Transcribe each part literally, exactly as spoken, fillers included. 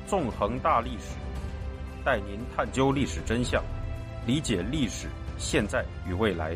纵横大历史，带您探究历史真相，理解历史、现在与未来。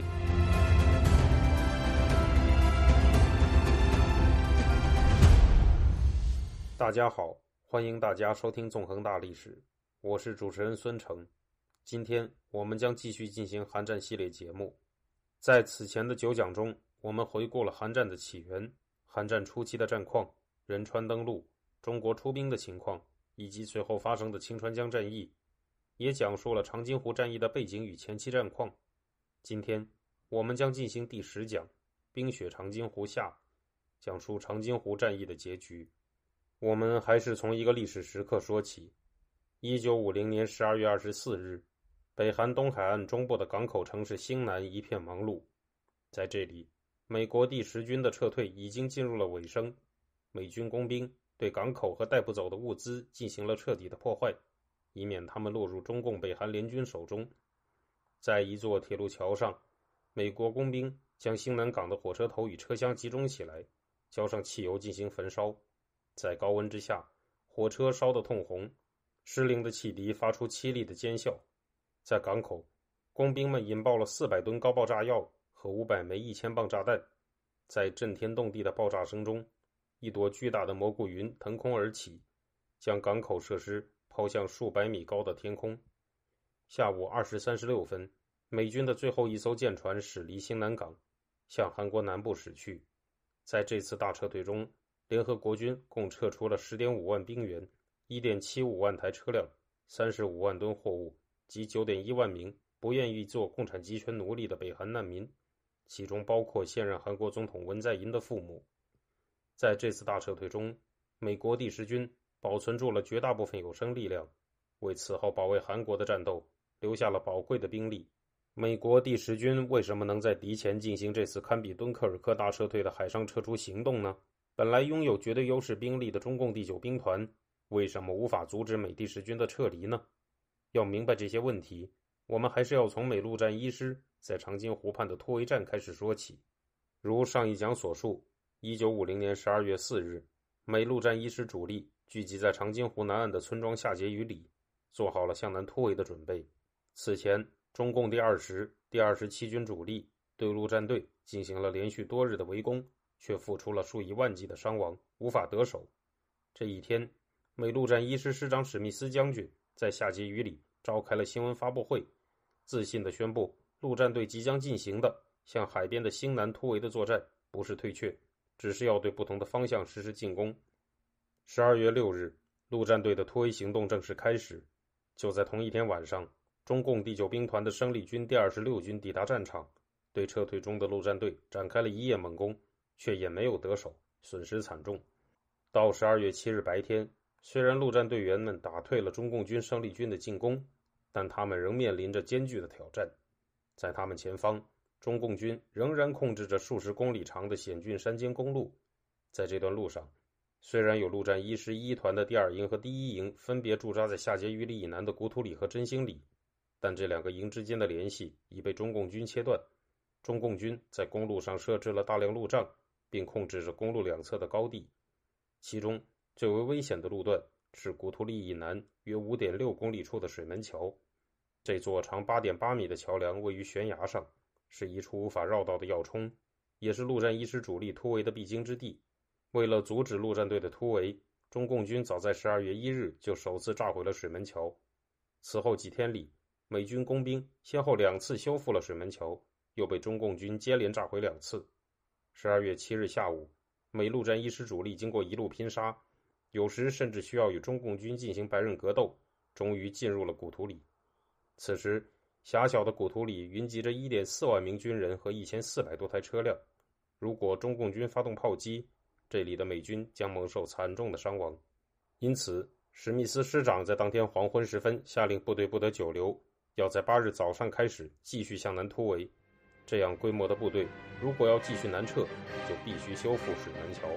大家好，欢迎大家收听纵横大历史，我是主持人孙成。今天我们将继续进行韩战系列节目。在此前的九讲中，我们回顾了韩战的起源、韩战初期的战况、仁川登陆、中国出兵的情况，以及随后发生的清川江战役，也讲述了长津湖战役的背景与前期战况。今天我们将进行第十讲，冰雪长津湖下，讲述长津湖战役的结局。我们还是从一个历史时刻说起。一九五零年十二月二十四日，北韩东海岸中部的港口城市兴南一片忙碌。在这里，美国第十军的撤退已经进入了尾声，美军工兵对港口和带不走的物资进行了彻底的破坏，以免他们落入中共北韩联军手中。在一座铁路桥上，美国工兵将兴南港的火车头与车厢集中起来，浇上汽油进行焚烧。在高温之下，火车烧得通红，失灵的汽笛发出凄厉的尖啸。在港口，工兵们引爆了四百吨高爆炸药和五百枚一千磅炸弹。在震天动地的爆炸声中，一朵巨大的蘑菇云腾空而起，将港口设施抛向数百米高的天空。下午二时三十六分，美军的最后一艘舰船驶离兴南港，向韩国南部驶去。在这次大撤退中，联合国军共撤出了 十点五万兵员、一点七五万台车辆、三十五万吨货物及 九点一万名不愿意做共产集权奴隶的北韩难民，其中包括现任韩国总统文在寅的父母。在这次大撤退中，美国第十军保存住了绝大部分有生力量，为此后保卫韩国的战斗留下了宝贵的兵力。美国第十军为什么能在敌前进行这次堪比敦刻尔克大撤退的海上撤出行动呢？本来拥有绝对优势兵力的中共第九兵团为什么无法阻止美第十军的撤离呢？要明白这些问题，我们还是要从美陆战一师在长津湖畔的突围战开始说起。如上一讲所述，一九五零年十二月四日，美陆战一师主力聚集在长津湖南岸的村庄下碣隅里，做好了向南突围的准备。此前，中共第二十、第二十七军主力对陆战队进行了连续多日的围攻，却付出了数以万计的伤亡，无法得手。这一天，美陆战一师师长史密斯将军在下碣隅里召开了新闻发布会，自信地宣布陆战队即将进行的向海边的兴南突围的作战不是退却，只是要对不同的方向实施进攻。十二月六日，陆战队的突围行动正式开始。就在同一天晚上，中共第九兵团的生力军第二十六军抵达战场，对撤退中的陆战队展开了一夜猛攻，却也没有得手，损失惨重。到十二月七日白天，虽然陆战队员们打退了中共军生力军的进攻，但他们仍面临着艰巨的挑战。在他们前方，中共军仍然控制着数十公里长的险峻山间公路。在这段路上，虽然有陆战一师一团的第二营和第一营分别驻扎在下碣隅里以南的古土里和真兴里，但这两个营之间的联系已被中共军切断。中共军在公路上设置了大量路障，并控制着公路两侧的高地。其中最为危险的路段是古土里以南约 五点六公里处的水门桥。这座长 八点八米的桥梁位于悬崖上，是一处无法绕道的要冲，也是陆战一师主力突围的必经之地。为了阻止陆战队的突围，中共军早在十二月一日就首次炸毁了水门桥。此后几天里，美军工兵先后两次修复了水门桥，又被中共军接连炸毁两次。十二月七日下午，美陆战一师主力经过一路拼杀，有时甚至需要与中共军进行白刃格斗，终于进入了古土里。此时，狭小的古土里云集着 一点四万名军人和一千四百多台车辆。如果中共军发动炮击，这里的美军将蒙受惨重的伤亡。因此，史密斯师长在当天黄昏时分下令部队不得久留，要在八日早上开始继续向南突围。这样规模的部队如果要继续南撤，就必须修复水门桥。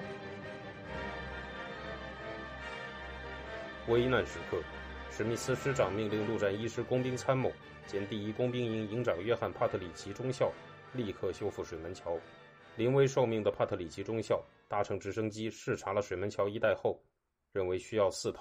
危难时刻，史密斯师长命令陆战一师工兵参谋兼第一工兵营营长约翰·帕特里奇中校立刻修复水门桥。临危受命的帕特里奇中校搭乘直升机视察了水门桥一带后，认为需要四套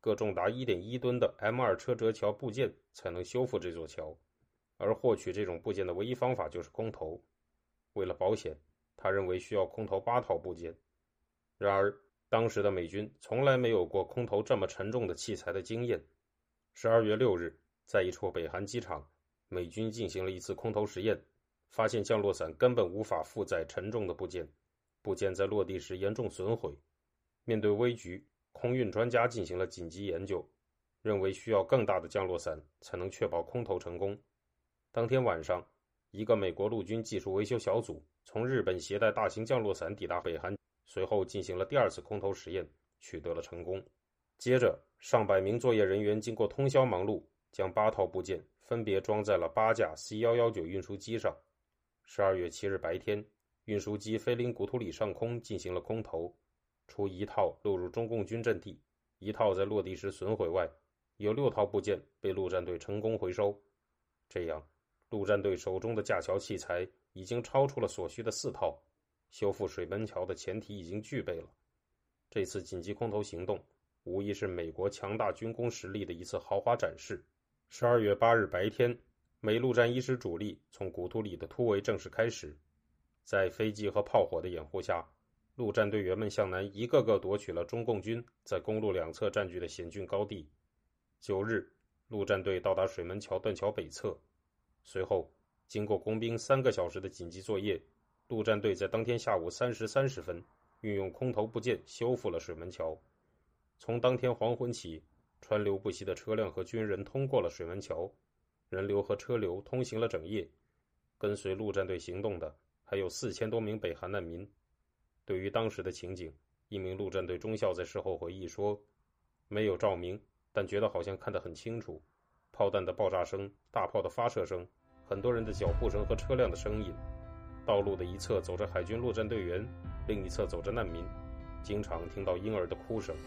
各重达 一点一 吨的 M 二 车辙桥部件才能修复这座桥，而获取这种部件的唯一方法就是空投。为了保险，他认为需要空投八套部件。然而，当时的美军从来没有过空投这么沉重的器材的经验。十二月六日，在一处北韩机场，美军进行了一次空投实验，发现降落伞根本无法负载沉重的部件，部件在落地时严重损毁。面对危局，空运专家进行了紧急研究，认为需要更大的降落伞才能确保空投成功。当天晚上，一个美国陆军技术维修小组从日本携带大型降落伞抵达北韩，随后进行了第二次空投实验，取得了成功。接着，上百名作业人员经过通宵忙碌，将八套部件分别装在了八架 C 一一九运输机上。十二月七日白天，运输机飞临古图里上空进行了空投，除一套落入中共军阵地，一套在落地时损毁外，有六套部件被陆战队成功回收。这样，陆战队手中的架桥器材已经超出了所需的四套，修复水门桥的前提已经具备了。这次紧急空投行动无疑是美国强大军工实力的一次豪华展示。十二月八日白天，美陆战一师主力从古图里的突围正式开始，在飞机和炮火的掩护下，陆战队员们向南一个个夺取了中共军在公路两侧占据的险峻高地。九日，陆战队到达水门桥断桥北侧，随后经过工兵三个小时的紧急作业，陆战队在当天下午三时三十分运用空投部件修复了水门桥。从当天黄昏起，川流不息的车辆和军人通过了水门桥，人流和车流通行了整夜。跟随陆战队行动的还有四千多名北韩难民。对于当时的情景，一名陆战队中校在事后回忆说，没有照明，但觉得好像看得很清楚，炮弹的爆炸声、大炮的发射声、很多人的脚步声和车辆的声音。道路的一侧走着海军陆战队员，另一侧走着难民，经常听到婴儿的哭声。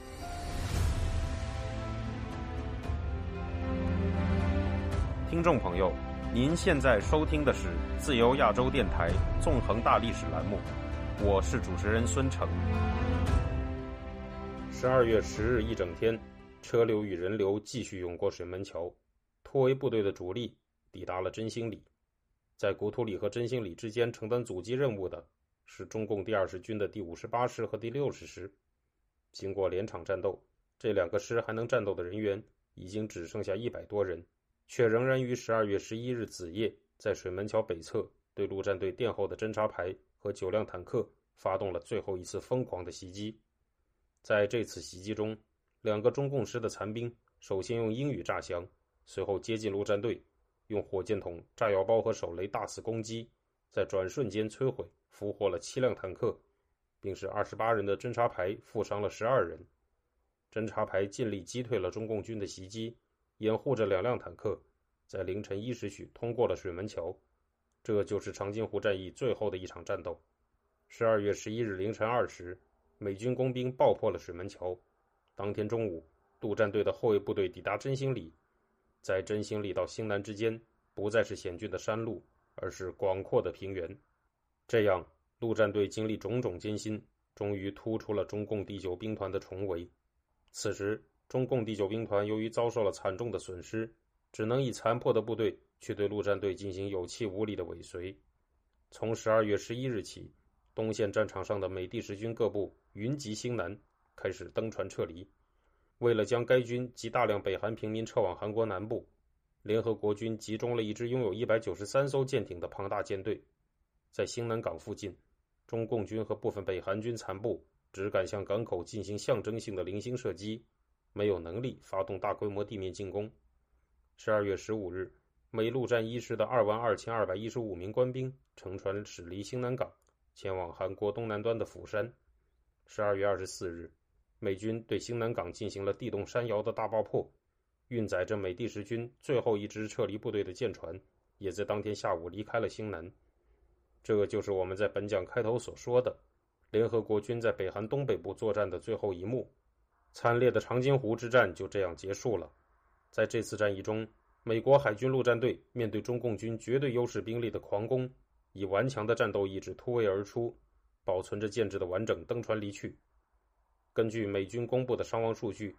听众朋友，您现在收听的是自由亚洲电台纵横大历史栏目，我是主持人孙成。十二月十日一整天，车流与人流继续涌过水门桥，突围部队的主力抵达了真兴里。在古图里和真兴里之间承担阻击任务的是中共第二十军的第五十八师和第六十师。经过连场战斗，这两个师还能战斗的人员已经只剩下一百多人，却仍然于十二月十一日子夜在水门桥北侧对陆战队殿后的侦察排和九辆坦克发动了最后一次疯狂的袭击。在这次袭击中，两个中共师的残兵首先用英语炸降，随后接近陆战队，用火箭筒、炸药包和手雷大肆攻击，在转瞬间摧毁俘获了七辆坦克，并使二十八人的侦察排负伤了十二人。侦察排尽力击退了中共军的袭击，掩护着两辆坦克，在凌晨一时许通过了水门桥。这就是长津湖战役最后的一场战斗。十二月十一日凌晨二时，美军工兵爆破了水门桥。当天中午，陆战队的后卫部队抵达真兴里，在真兴里到兴南之间不再是险峻的山路，而是广阔的平原。这样，陆战队经历种种艰辛，终于突出了中共第九兵团的重围。此时，中共第九兵团由于遭受了惨重的损失，只能以残破的部队去对陆战队进行有气无力的尾随。从十二月十一日起，东线战场上的美第十军各部云集兴南，开始登船撤离。为了将该军及大量北韩平民撤往韩国南部，联合国军集中了一支拥有一百九十三艘舰艇的庞大舰队。在兴南港附近，中共军和部分北韩军残部只敢向港口进行象征性的零星射击，没有能力发动大规模地面进攻。十二月十五日，美陆战一师的二万二千二百一十五名官兵乘船驶离兴南港，前往韩国东南端的釜山。十二月二十四日，美军对兴南港进行了地动山摇的大爆破，运载着美第十军最后一支撤离部队的舰船也在当天下午离开了兴南。这就是我们在本讲开头所说的联合国军在北韩东北部作战的最后一幕。惨烈的长津湖之战就这样结束了。在这次战役中，美国海军陆战队面对中共军绝对优势兵力的狂攻，以顽强的战斗意志突围而出，保存着舰只的完整登船离去。根据美军公布的伤亡数据，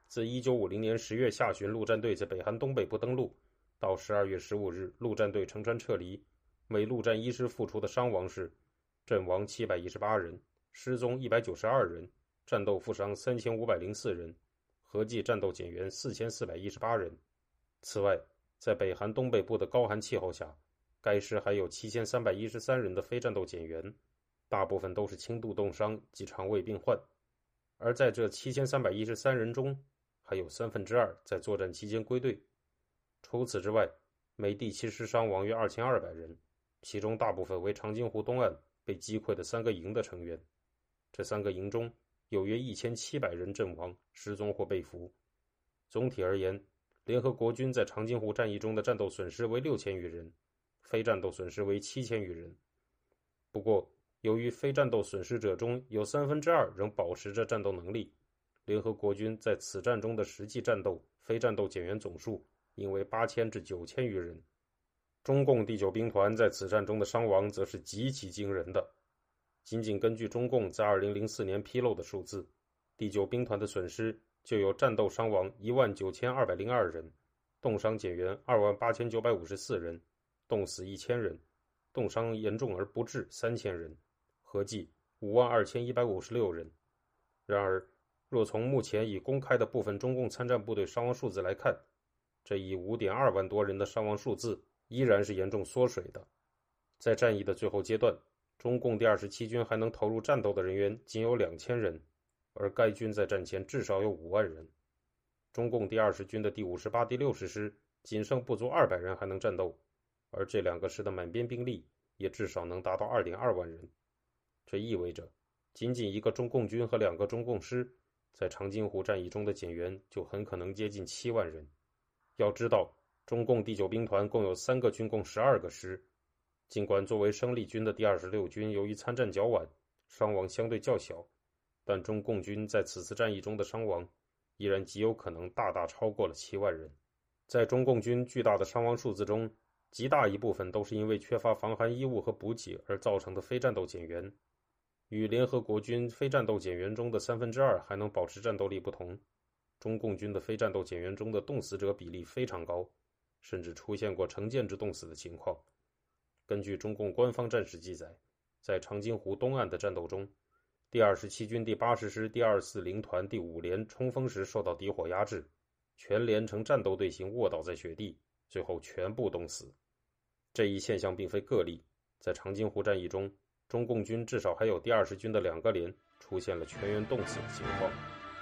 自一九五零年十月下旬陆战队在北韩东北部登陆，到十二月十五日陆战队乘船撤离，每陆战一师付出的伤亡是阵亡七百一十八人，失踪一百九十二人，战斗负伤三千五百零四人，合计战斗减员四千四百一十八人。此外，在北韩东北部的高寒气候下，该师还有七千三百一十三人的非战斗减员，大部分都是轻度冻伤及肠胃病患。而在这七千三百一十三人中，还有三分之二在作战期间归队。除此之外，美第七师伤亡约二千二百人，其中大部分为长津湖东岸被击溃的三个营的成员。这三个营中有约一千七百人阵亡、失踪或被俘。总体而言，联合国军在长津湖战役中的战斗损失为六千余人，非战斗损失为七千余人。不过，由于非战斗损失者中有三分之二仍保持着战斗能力，联合国军在此战中的实际战斗非战斗减员总数应为八千至九千余人。中共第九兵团在此战中的伤亡则是极其惊人的。仅仅根据中共在二零零四年披露的数字，第九兵团的损失就有战斗伤亡一万九千二百零二人，冻伤减员二万八千九百五十四人，冻死一千人，冻伤严重而不治三千人，合计五万二千一百五十六人。然而，若从目前已公开的部分中共参战部队伤亡数字来看，这一 五点二万多人的伤亡数字依然是严重缩水的。在战役的最后阶段，中共第二十七军还能投入战斗的人员仅有两千人，而该军在战前至少有五万人。中共第二十军的第五十八、第六十师仅剩不足二百人还能战斗，而这两个师的满编兵力也至少能达到 二点二万人。这意味着，仅仅一个中共军和两个中共师在长津湖战役中的减员就很可能接近七万人。要知道，中共第九兵团共有三个军共十二个师，尽管作为生力军的第二十六军由于参战较晚，伤亡相对较小，但中共军在此次战役中的伤亡依然极有可能大大超过了七万人。在中共军巨大的伤亡数字中，极大一部分都是因为缺乏防寒衣物和补给而造成的非战斗减员。与联合国军非战斗减员中的三分之二还能保持战斗力不同，中共军的非战斗减员中的冻死者比例非常高，甚至出现过成舰之冻死的情况。根据中共官方战史记载，在长津湖东岸的战斗中，第二十七军第八十师第二四零团第五连冲锋时受到敌火压制，全连呈战斗队形卧倒在雪地，最后全部冻死。这一现象并非个例，在长津湖战役中，中共军至少还有第二十军的两个连出现了全员冻死的情况。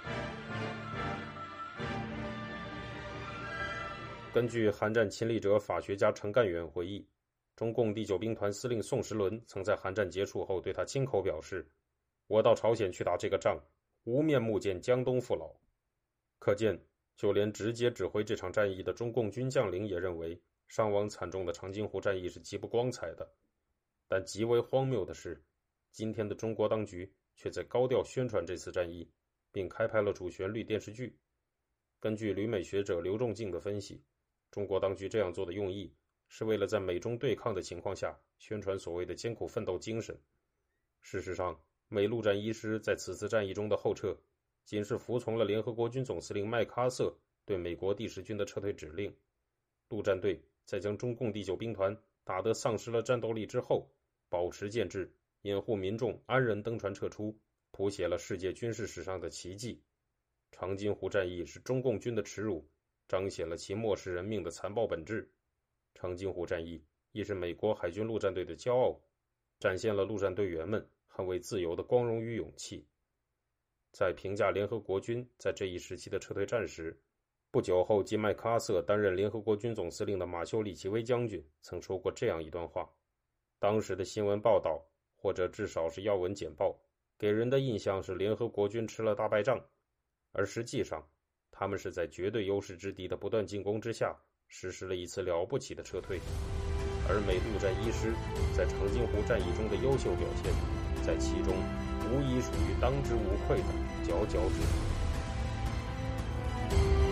根据韩战亲历者法学家程干远回忆，中共第九兵团司令宋时轮曾在韩战结束后对他亲口表示，我到朝鲜去打这个仗，无面目见江东父老。可见，就连直接指挥这场战役的中共军将领也认为，伤亡惨重的长津湖战役是极不光彩的。但极为荒谬的是，今天的中国当局却在高调宣传这次战役，并开拍了主旋律电视剧。根据旅美学者刘仲敬的分析，中国当局这样做的用意是为了在美中对抗的情况下宣传所谓的艰苦奋斗精神。事实上，美陆战一师在此次战役中的后撤，仅是服从了联合国军总司令麦克阿瑟对美国第十军的撤退指令。陆战队在将中共第九兵团打得丧失了战斗力之后，保持建制，掩护民众安然登船撤出，谱写了世界军事史上的奇迹。长津湖战役是中共军的耻辱，彰显了其漠视人命的残暴本质。长津湖战役亦是美国海军陆战队的骄傲，展现了陆战队员们捍卫自由的光荣与勇气。在评价联合国军在这一时期的撤退战时，不久后继麦克阿瑟担任联合国军总司令的马修里奇威将军曾说过这样一段话：当时的新闻报道，或者至少是要闻简报，给人的印象是联合国军吃了大败仗，而实际上他们是在绝对优势之地的不断进攻之下实施了一次了不起的撤退。而美陆战一师在长津湖战役中的优秀表现，在其中无疑属于当之无愧的佼佼者。